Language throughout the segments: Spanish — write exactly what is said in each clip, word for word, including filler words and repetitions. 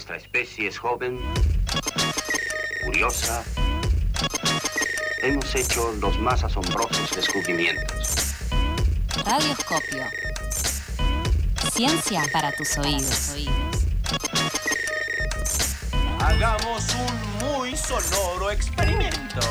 Nuestra especie es joven, curiosa. Hemos hecho los más asombrosos descubrimientos. Radioscopio. Ciencia para tus oídos. Hagamos un muy sonoro experimento.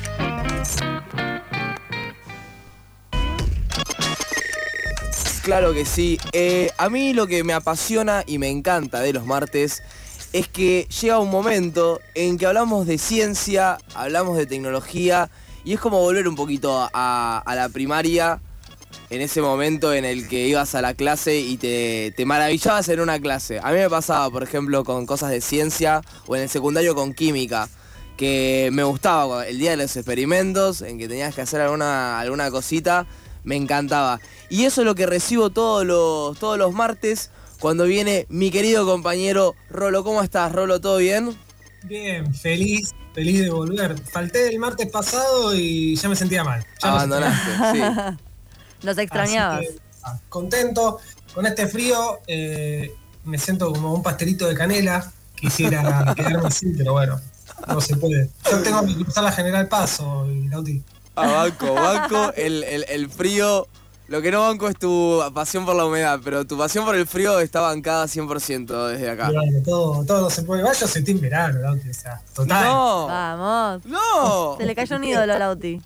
Claro que sí. Eh, a mí lo que me apasiona y me encanta de los martes es que llega un momento en que hablamos de ciencia, hablamos de tecnología y es como volver un poquito a, a la primaria, en ese momento en el que ibas a la clase y te, te maravillabas en una clase. A mí me pasaba, por ejemplo, con cosas de ciencia o en el secundario con química, que me gustaba el día de los experimentos, en que tenías que hacer alguna, alguna cosita, me encantaba. Y eso es lo que recibo todos los, todos los martes cuando viene mi querido compañero Rolo. ¿Cómo estás, Rolo? ¿Todo bien? Bien, feliz, feliz de volver. Falté el martes pasado y ya me sentía mal. Ya Abandonaste, sí. Los extrañabas. Que, ah, contento. Con este frío eh, me siento como un pastelito de canela. Quisiera quedarme así, pero bueno, no se puede. Yo tengo que cruzar la General Paz hoy, Lauti. Ah, banco, banco, el, el, el frío. Lo que no banco es tu pasión por la humedad, pero tu pasión por el frío está bancada cien por ciento desde acá. Bueno, todo, todo se puede. Vaya, sentí en verano, Lauti, o sea, total. No. Vamos. No. Se le cayó un ídolo a Lauti.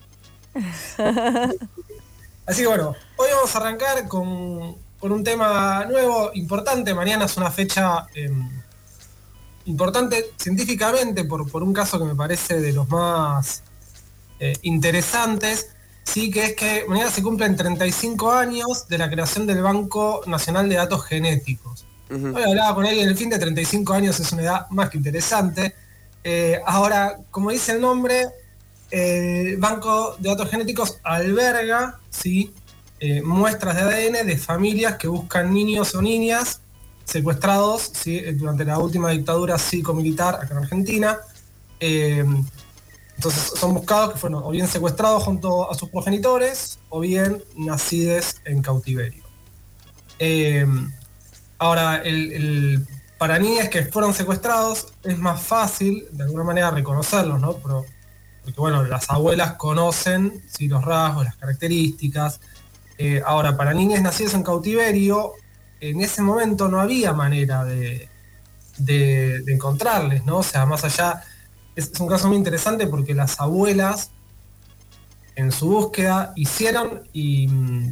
Así que bueno, hoy vamos a arrancar con, con un tema nuevo, importante. Mañana es una fecha eh, importante científicamente por, por un caso que me parece de los más eh, interesantes. Sí, que es que mañana se cumplen treinta y cinco años de la creación del Banco Nacional de Datos Genéticos. Uh-huh. Hoy hablaba con alguien, el fin de treinta y cinco años es una edad más que interesante. Eh, ahora, como dice el nombre, el Banco de Datos Genéticos alberga, ¿sí? eh, muestras de A D N de familias que buscan niños o niñas secuestrados, ¿sí? durante la última dictadura cívico-militar acá en Argentina. Eh, Entonces son buscados que fueron o bien secuestrados junto a sus progenitores o bien nacidos en cautiverio. Eh, ahora, el, el, para niños que fueron secuestrados es más fácil de alguna manera reconocerlos, ¿no? Pero, porque bueno, las abuelas conocen, ¿sí? los rasgos, las características. Eh, ahora, para niños nacidos en cautiverio, en ese momento no había manera de, de, de encontrarles, ¿no? O sea, más allá... Es un caso muy interesante porque las abuelas en su búsqueda hicieron y,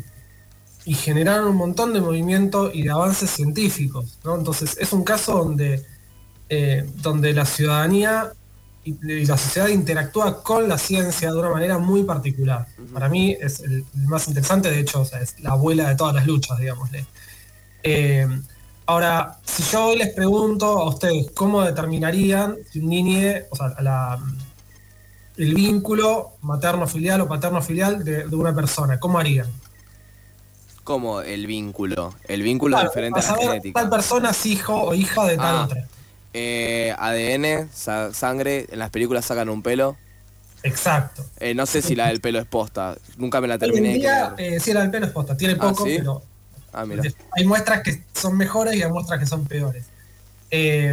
y generaron un montón de movimiento y de avances científicos, ¿no? Entonces es un caso donde, eh, donde la ciudadanía y, y la sociedad interactúa con la ciencia de una manera muy particular. Uh-huh. Para mí es el, el más interesante, de hecho, o sea, es la abuela de todas las luchas, digámosle. Eh, Ahora, si yo hoy les pregunto a ustedes cómo determinarían si un niño, o sea, la, el vínculo materno-filial o paterno-filial de, de una persona, ¿cómo harían? ¿Cómo el vínculo? El vínculo claro, diferente a la genética. Tal persona es hijo o hija de tal ah, otra. Eh, A D N, sa- sangre, en las películas sacan un pelo. Exacto. Eh, no sé si la del pelo es posta, nunca me la terminé de creer. Eh, sí, la del pelo es posta, tiene poco, ¿Ah, sí? pero... Ah, mira. Hay muestras que son mejores y hay muestras que son peores. Eh,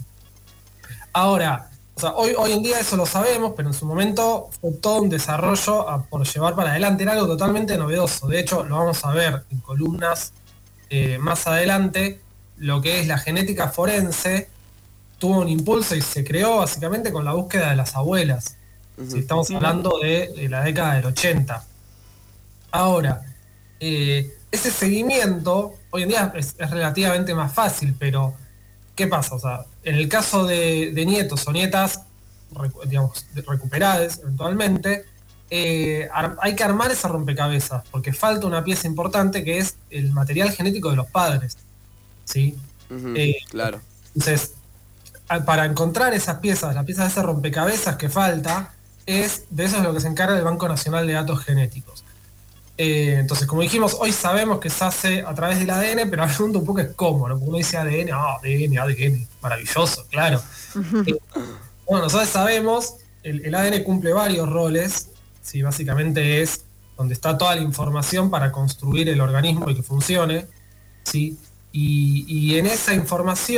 ahora, o sea, hoy, hoy en día eso lo sabemos, pero en su momento fue todo un desarrollo a, por llevar para adelante. Era algo totalmente novedoso. De hecho, lo vamos a ver en columnas eh, más adelante. Lo que es la genética forense tuvo un impulso y se creó básicamente con la búsqueda de las abuelas. Uh-huh. Si estamos hablando de, de la década del ochenta. Ahora, eh, ese seguimiento hoy en día es, es relativamente más fácil, pero ¿qué pasa? O sea, en el caso de, de nietos o nietas, recu- digamos, recuperadas eventualmente, eh, ar- hay que armar esa rompecabezas, porque falta una pieza importante que es el material genético de los padres, ¿sí? Uh-huh, eh, claro. Entonces, a- para encontrar esas piezas, las piezas de ese rompecabezas que falta, es de eso es lo que se encarga el Banco Nacional de Datos Genéticos. Eh, entonces, como dijimos, hoy sabemos que se hace a través del A D N, pero la pregunta un poco es cómo, ¿no? Porque uno dice A D N, ah, A D N, A D N, maravilloso, claro. eh, bueno, nosotros sabemos, el, el A D N cumple varios roles, ¿sí? Básicamente es donde está toda la información para construir el organismo y que funcione, ¿sí? Y, y en esa información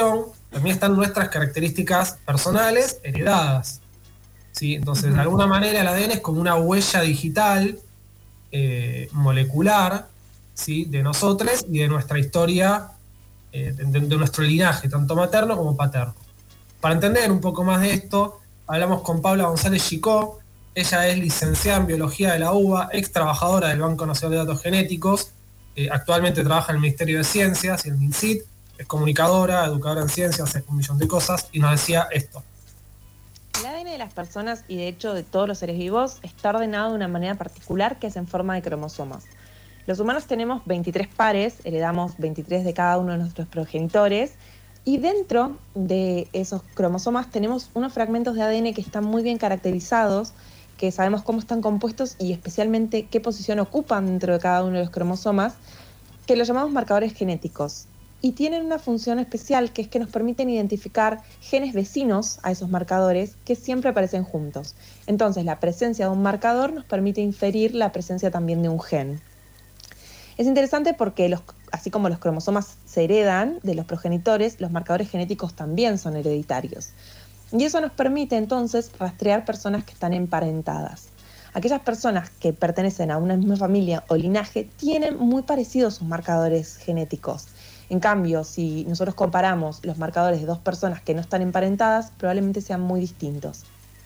también están nuestras características personales heredadas. ¿Sí? Entonces, de alguna manera el A D N es como una huella digital, eh, molecular, ¿sí? De nosotros y de nuestra historia, eh, de, de nuestro linaje, tanto materno como paterno. Para entender un poco más de esto, hablamos con Paula González Chicó. Ella es licenciada en Biología de la U B A, ex trabajadora del Banco Nacional de Datos Genéticos, eh, actualmente trabaja en el Ministerio de Ciencias y el MinSit, es comunicadora, educadora en ciencias, hace un millón de cosas, y nos decía esto. El A D N de las personas y de hecho de todos los seres vivos está ordenado de una manera particular que es en forma de cromosomas. Los humanos tenemos veintitrés pares, heredamos veintitrés de cada uno de nuestros progenitores y dentro de esos cromosomas tenemos unos fragmentos de A D N que están muy bien caracterizados, que sabemos cómo están compuestos y especialmente qué posición ocupan dentro de cada uno de los cromosomas, que los llamamos marcadores genéticos. Y tienen una función especial que es que nos permiten identificar genes vecinos a esos marcadores que siempre aparecen juntos. Entonces, la presencia de un marcador nos permite inferir la presencia también de un gen. Es interesante porque, los, así como los cromosomas se heredan de los progenitores, los marcadores genéticos también son hereditarios. Y eso nos permite entonces rastrear personas que están emparentadas. Aquellas personas que pertenecen a una misma familia o linaje tienen muy parecidos sus marcadores genéticos. En cambio, si nosotros comparamos los marcadores de dos personas que no están emparentadas, probablemente sean muy distintos.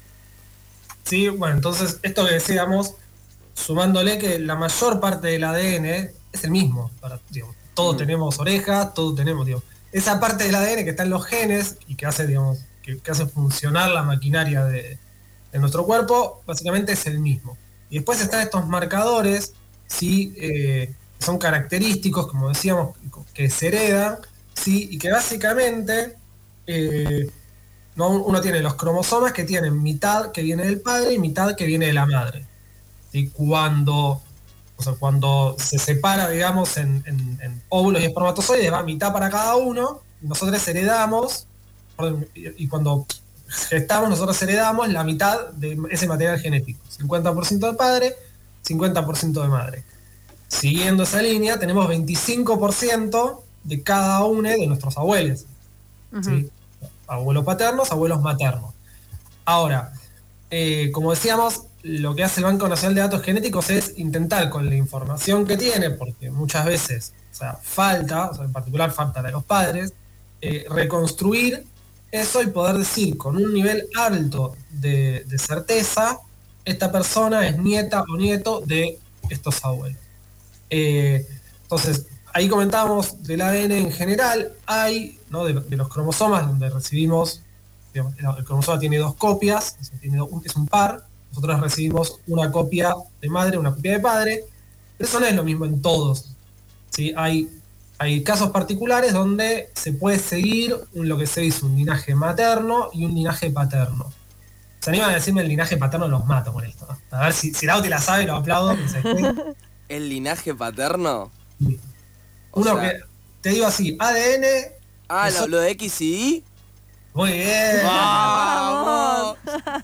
Sí, bueno, entonces esto que decíamos, sumándole que la mayor parte del A D N es el mismo. Para, digamos, todos mm. tenemos orejas, todos tenemos, digamos, esa parte del A D N que está en los genes y que hace, digamos, que, que hace funcionar la maquinaria de, de nuestro cuerpo, básicamente es el mismo. Y después están estos marcadores, ¿sí? Eh, que son característicos, como decíamos, que se heredan, ¿sí? Y que básicamente eh, ¿no? uno tiene los cromosomas que tienen mitad que viene del padre y mitad que viene de la madre. ¿Sí? Cuando, o sea, cuando se separa, digamos, en, en, en óvulos y espermatozoides, va mitad para cada uno, y nosotros heredamos, y, y cuando gestamos, nosotros heredamos la mitad de ese material genético. cincuenta por ciento de padre, cincuenta por ciento de madre. Siguiendo esa línea, tenemos veinticinco por ciento de cada uno de nuestros abuelos. Uh-huh. ¿Sí? Abuelos paternos, abuelos maternos. Ahora, eh, como decíamos, lo que hace el Banco Nacional de Datos Genéticos es intentar, con la información que tiene, porque muchas veces, o sea, falta, o sea, en particular falta la de los padres, eh, reconstruir eso y poder decir con un nivel alto de, de certeza, esta persona es nieta o nieto de estos abuelos. Eh, entonces, ahí comentábamos del A D N en general, hay, ¿no? de, de los cromosomas donde recibimos, digamos, el cromosoma tiene dos copias, o sea, tiene un, es un par, nosotros recibimos una copia de madre, una copia de padre, pero eso no es lo mismo en todos. ¿Sí? Hay, hay casos particulares donde se puede seguir lo que se dice un linaje materno y un linaje paterno. Se animan a decirme el linaje paterno, los mato con esto, ¿no? A ver si, si Lauti la sabe, lo aplaudo. Que se ¿El linaje paterno? Sí. Uno sea... que, te digo así, A D N... Ah, lo, lo de X y Y. Muy bien. ¡Vamos!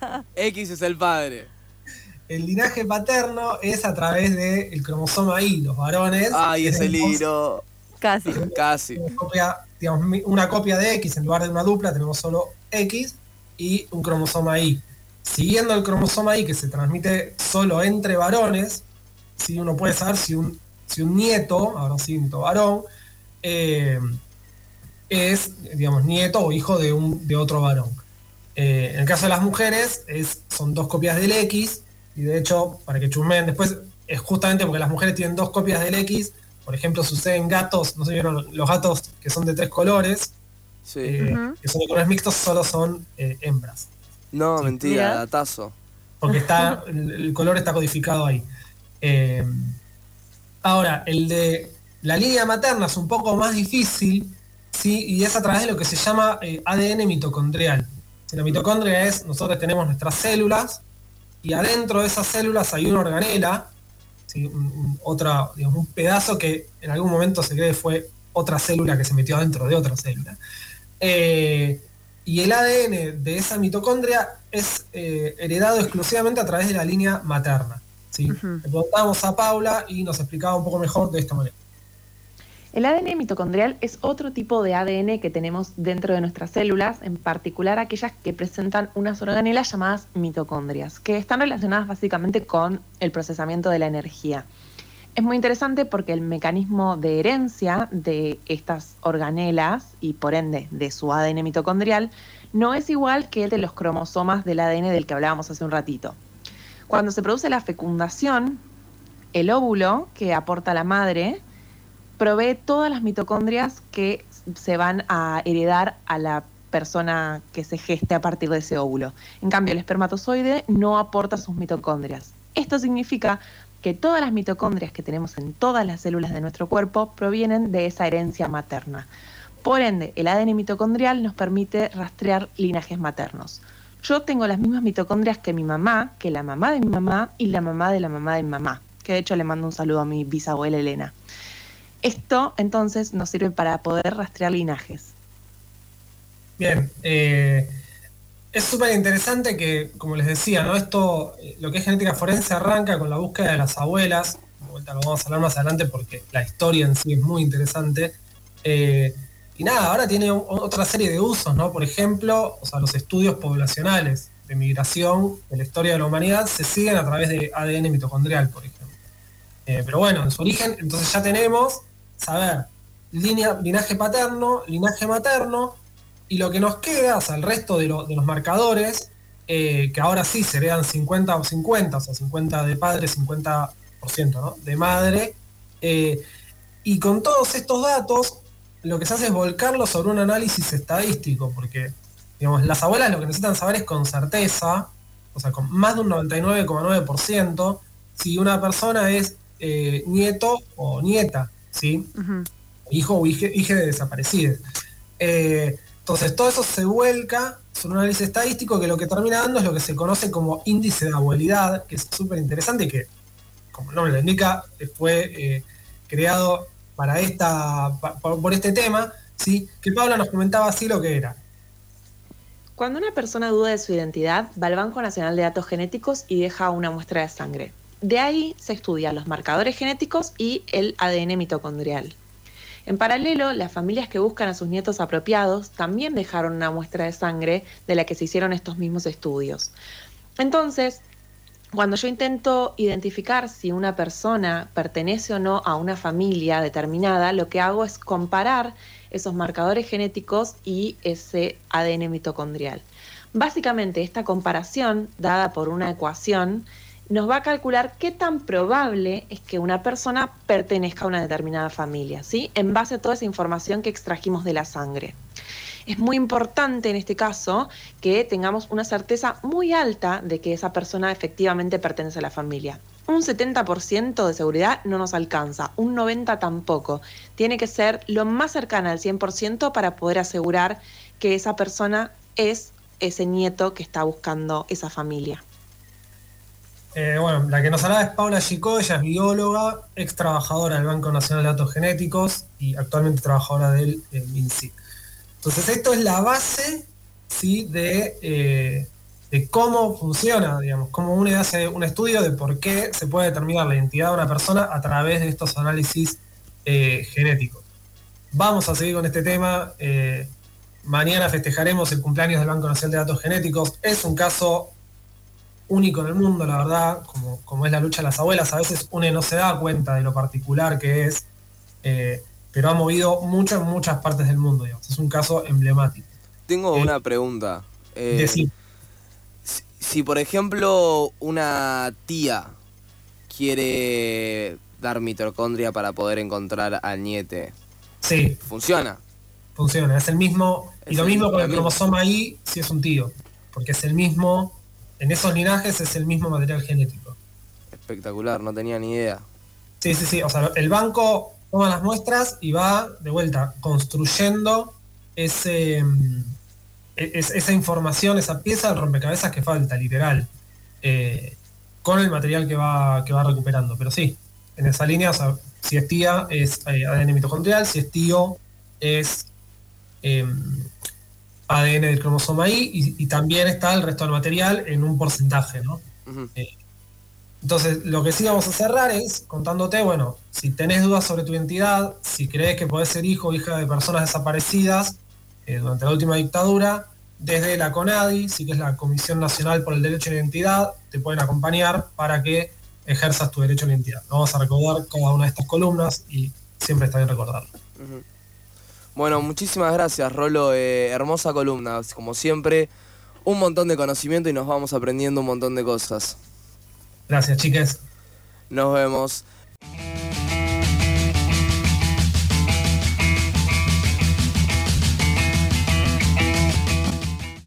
X es el padre. El linaje paterno es a través del cromosoma Y, los varones. Ay, ese libro. Casi. Casi. Una copia, digamos, una copia de X en lugar de una dupla, tenemos solo X y un cromosoma Y. Siguiendo el cromosoma Y que se transmite solo entre varones, ¿sí? Uno puede saber si un, si un nieto, ahora sí, un varón, eh, es, digamos, nieto o hijo de, un, de otro varón. Eh, en el caso de las mujeres, es, son dos copias del X, y de hecho, para que chusmeen después, es justamente porque las mujeres tienen dos copias del X. Por ejemplo, sucede en gatos, no sé si vieron los gatos que son de tres colores, sí. eh, uh-huh. que son de colores mixtos, solo son eh, hembras. No, ¿sí? mentira, datazo. Porque está, el, el color está codificado ahí. Eh, ahora, el de la línea materna es un poco más difícil, ¿sí? Y es a través de lo que se llama eh, A D N mitocondrial. La mitocondria es, nosotros tenemos nuestras células, y adentro de esas células hay una organela, ¿sí? un, un, otra, digamos, un pedazo que en algún momento se cree fue otra célula que se metió adentro de otra célula. Eh, y el A D N de esa mitocondria es eh, heredado exclusivamente a través de la línea materna. ¿Sí? Uh-huh. Le preguntábamos a Paula y nos explicaba un poco mejor de esta manera. El A D N mitocondrial es otro tipo de A D N que tenemos dentro de nuestras células, en particular aquellas que presentan unas organelas llamadas mitocondrias, que están relacionadas básicamente con el procesamiento de la energía. Es muy interesante porque el mecanismo de herencia de estas organelas y por ende de su A D N mitocondrial no es igual que el de los cromosomas del A D N del que hablábamos hace un ratito. Cuando se produce la fecundación, el óvulo que aporta la madre provee todas las mitocondrias que se van a heredar a la persona que se geste a partir de ese óvulo. En cambio, el espermatozoide no aporta sus mitocondrias. Esto significa que todas las mitocondrias que tenemos en todas las células de nuestro cuerpo provienen de esa herencia materna. Por ende, el A D N mitocondrial nos permite rastrear linajes maternos. Yo tengo las mismas mitocondrias que mi mamá, que la mamá de mi mamá y la mamá de la mamá de mi mamá, que de hecho le mando un saludo a mi bisabuela Elena. Esto entonces nos sirve para poder rastrear linajes. Bien, eh, es súper interesante que, como les decía, ¿no? Esto, eh, lo que es genética forense arranca con la búsqueda de las abuelas. De vuelta lo vamos a hablar más adelante porque la historia en sí es muy interesante. Eh, y nada, ahora tiene un, otra serie de usos, ¿no? Por ejemplo, o sea, los estudios poblacionales de migración de la historia de la humanidad se siguen a través de A D N mitocondrial, por ejemplo. Eh, pero bueno, en su origen, entonces ya tenemos saber línea, linaje paterno, linaje materno, y lo que nos queda, o sea, el resto de, lo, de los marcadores, eh, que ahora sí serían cincuenta o cincuenta, o sea, cincuenta de padre, cincuenta por ciento, ¿no? de madre, eh, y con todos estos datos, lo que se hace es volcarlos sobre un análisis estadístico, porque, digamos, las abuelas lo que necesitan saber es con certeza, o sea, con más de un noventa y nueve coma nueve por ciento, si una persona es eh, nieto o nieta, ¿sí? Uh-huh. Hijo o hija, hija de desaparecidos. Eh, entonces, todo eso se vuelca sobre un análisis estadístico que lo que termina dando es lo que se conoce como índice de abuelidad, que es súper interesante y que, como el nombre lo indica, fue eh, creado para esta, por, por este tema, ¿sí? Que Paula nos comentaba así lo que era. Cuando una persona duda de su identidad, va al Banco Nacional de Datos Genéticos y deja una muestra de sangre. De ahí se estudian los marcadores genéticos y el A D N mitocondrial. En paralelo, las familias que buscan a sus nietos apropiados también dejaron una muestra de sangre de la que se hicieron estos mismos estudios. Entonces, cuando yo intento identificar si una persona pertenece o no a una familia determinada, lo que hago es comparar esos marcadores genéticos y ese A D N mitocondrial. Básicamente, esta comparación, dada por una ecuación, nos va a calcular qué tan probable es que una persona pertenezca a una determinada familia, ¿sí? En base a toda esa información que extrajimos de la sangre. Es muy importante en este caso que tengamos una certeza muy alta de que esa persona efectivamente pertenece a la familia. Un setenta por ciento de seguridad no nos alcanza, un noventa por ciento tampoco. Tiene que ser lo más cercana al cien por ciento para poder asegurar que esa persona es ese nieto que está buscando esa familia. Eh, bueno, la que nos habla es Paula Gicó, ella es bióloga, ex trabajadora del Banco Nacional de Datos Genéticos y actualmente trabajadora del eh, MinSIC. Entonces esto es la base, ¿sí? de, eh, de cómo funciona, digamos, cómo uno hace un estudio de por qué se puede determinar la identidad de una persona a través de estos análisis eh, genéticos. Vamos a seguir con este tema. Eh, mañana festejaremos el cumpleaños del Banco Nacional de Datos Genéticos. Es un caso único en el mundo, la verdad, como, como es la lucha de las abuelas. A veces uno no se da cuenta de lo particular que es, eh, pero ha movido mucho en muchas partes del mundo, digamos. Es un caso emblemático. Tengo eh, una pregunta. Eh, si, si, por ejemplo, una tía quiere dar mitocondria para poder encontrar al niete, sí, ¿funciona? Funciona, es el mismo, y lo mismo con el cromosoma Y si es un tío, porque es el mismo. En esos linajes es el mismo material genético. Espectacular, no tenía ni idea. Sí, sí, sí. O sea, el banco toma las muestras y va, de vuelta, construyendo ese, es, esa información, esa pieza del rompecabezas que falta, literal, eh, con el material que va, que va recuperando. Pero sí, en esa línea, o sea, si es tía, es eh, A D N mitocondrial, si es tío, es Eh, A D N del cromosoma Y, y, y también está el resto del material en un porcentaje, ¿no? Uh-huh. Eh, Entonces, lo que sí vamos a cerrar es contándote, bueno, si tenés dudas sobre tu identidad, si crees que podés ser hijo o hija de personas desaparecidas eh, durante la última dictadura, desde la CONADI, sí que es la Comisión Nacional por el Derecho a la Identidad, te pueden acompañar para que ejerzas tu derecho a la identidad. Vamos a recordar cada una de estas columnas y siempre está bien recordarlo. Uh-huh. Bueno, muchísimas gracias, Rolo. Eh, hermosa columna, como siempre. Un montón de conocimiento y nos vamos aprendiendo un montón de cosas. Gracias, chiques. Nos vemos.